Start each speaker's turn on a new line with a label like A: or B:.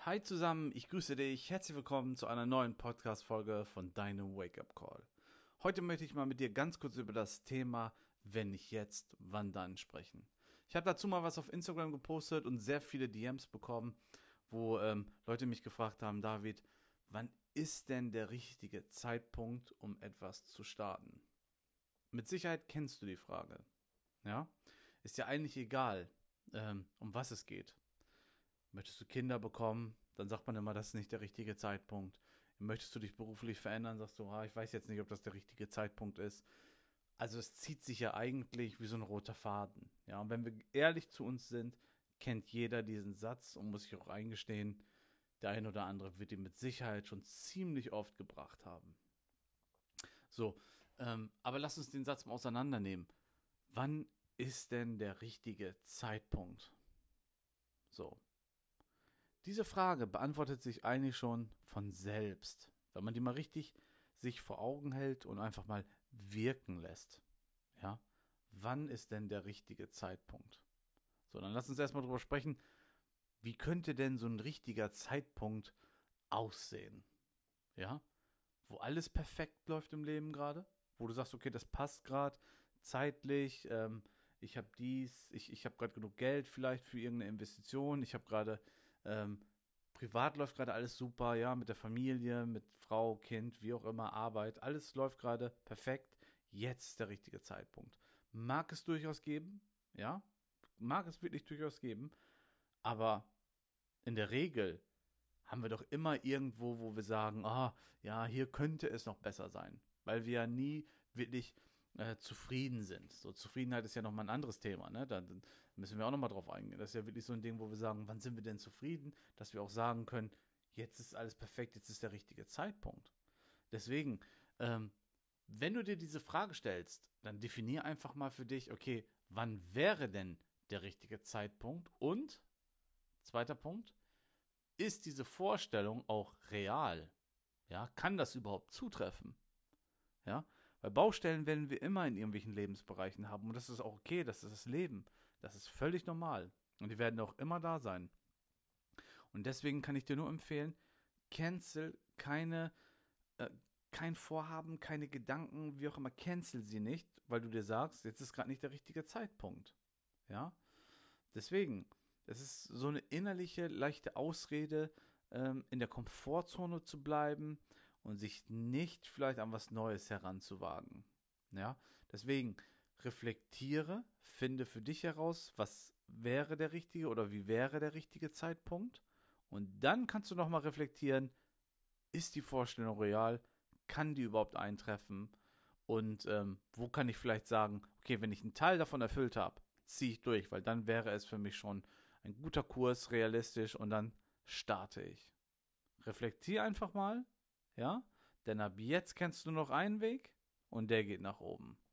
A: Hi zusammen, ich grüße dich. Herzlich willkommen zu einer neuen Podcast-Folge von deinem Wake-up Call. Heute möchte ich mal mit dir ganz kurz über das Thema wenn nicht jetzt, wann dann sprechen. Ich habe dazu mal was auf Instagram gepostet und sehr viele DMs bekommen, wo Leute mich gefragt haben, David, wann ist denn der richtige Zeitpunkt, um etwas zu starten? Mit Sicherheit kennst du die Frage. Ja? Ist ja eigentlich egal, um was es geht. Möchtest du Kinder bekommen, dann sagt man immer, das ist nicht der richtige Zeitpunkt. Möchtest du dich beruflich verändern, sagst du, ich weiß jetzt nicht, ob das der richtige Zeitpunkt ist. Also es zieht sich ja eigentlich wie so ein roter Faden. Ja, und wenn wir ehrlich zu uns sind, kennt jeder diesen Satz und muss sich auch eingestehen, der ein oder andere wird ihn mit Sicherheit schon ziemlich oft gebracht haben. So, aber lass uns den Satz mal auseinandernehmen. Wann ist denn der richtige Zeitpunkt? So, diese Frage beantwortet sich eigentlich schon von selbst, wenn man die mal richtig sich vor Augen hält und einfach mal wirken lässt. Ja, wann ist denn der richtige Zeitpunkt? So, dann lass uns erstmal drüber sprechen, wie könnte denn so ein richtiger Zeitpunkt aussehen? Ja, wo alles perfekt läuft im Leben gerade, wo du sagst, okay, das passt gerade zeitlich, ich habe ich habe gerade genug Geld vielleicht für irgendeine Investition, ich habe gerade, privat läuft gerade alles super, ja, mit der Familie, mit Frau, Kind, wie auch immer, Arbeit, alles läuft gerade perfekt, jetzt ist der richtige Zeitpunkt. Mag es durchaus geben, ja, mag es wirklich durchaus geben, aber in der Regel haben wir doch immer irgendwo, wo wir sagen, ja, hier könnte es noch besser sein. Weil wir ja nie wirklich zufrieden sind. So, Zufriedenheit ist ja nochmal ein anderes Thema, ne? Da müssen wir auch nochmal drauf eingehen. Das ist ja wirklich so ein Ding, wo wir sagen, wann sind wir denn zufrieden, dass wir auch sagen können, jetzt ist alles perfekt, jetzt ist der richtige Zeitpunkt. Deswegen, ähm, wenn du dir diese Frage stellst, dann definier einfach mal für dich, okay, wann wäre denn der richtige Zeitpunkt? Und, zweiter Punkt, ist diese Vorstellung auch real? Ja, kann das überhaupt zutreffen? Ja, weil Baustellen werden wir immer in irgendwelchen Lebensbereichen haben und das ist auch okay, das ist das Leben. Das ist völlig normal und die werden auch immer da sein. Und deswegen kann ich dir nur empfehlen, cancel äh, kein Vorhaben, keine Gedanken, wie auch immer, cancel sie nicht, weil du dir sagst, jetzt ist gerade nicht der richtige Zeitpunkt. Ja, deswegen, es ist so eine innerliche, leichte Ausrede, in der Komfortzone zu bleiben und sich nicht vielleicht an was Neues heranzuwagen. Ja, deswegen reflektiere, finde für dich heraus, was wäre der richtige oder wie wäre der richtige Zeitpunkt. Und dann kannst du nochmal reflektieren, ist die Vorstellung real? Kann die überhaupt eintreffen? Und wo kann ich vielleicht sagen, okay, wenn ich einen Teil davon erfüllt habe, ziehe ich durch, weil dann wäre es für mich schon ein guter Kurs, realistisch und dann starte ich. Reflektier einfach mal, ja, denn ab jetzt kennst du noch einen Weg und der geht nach oben.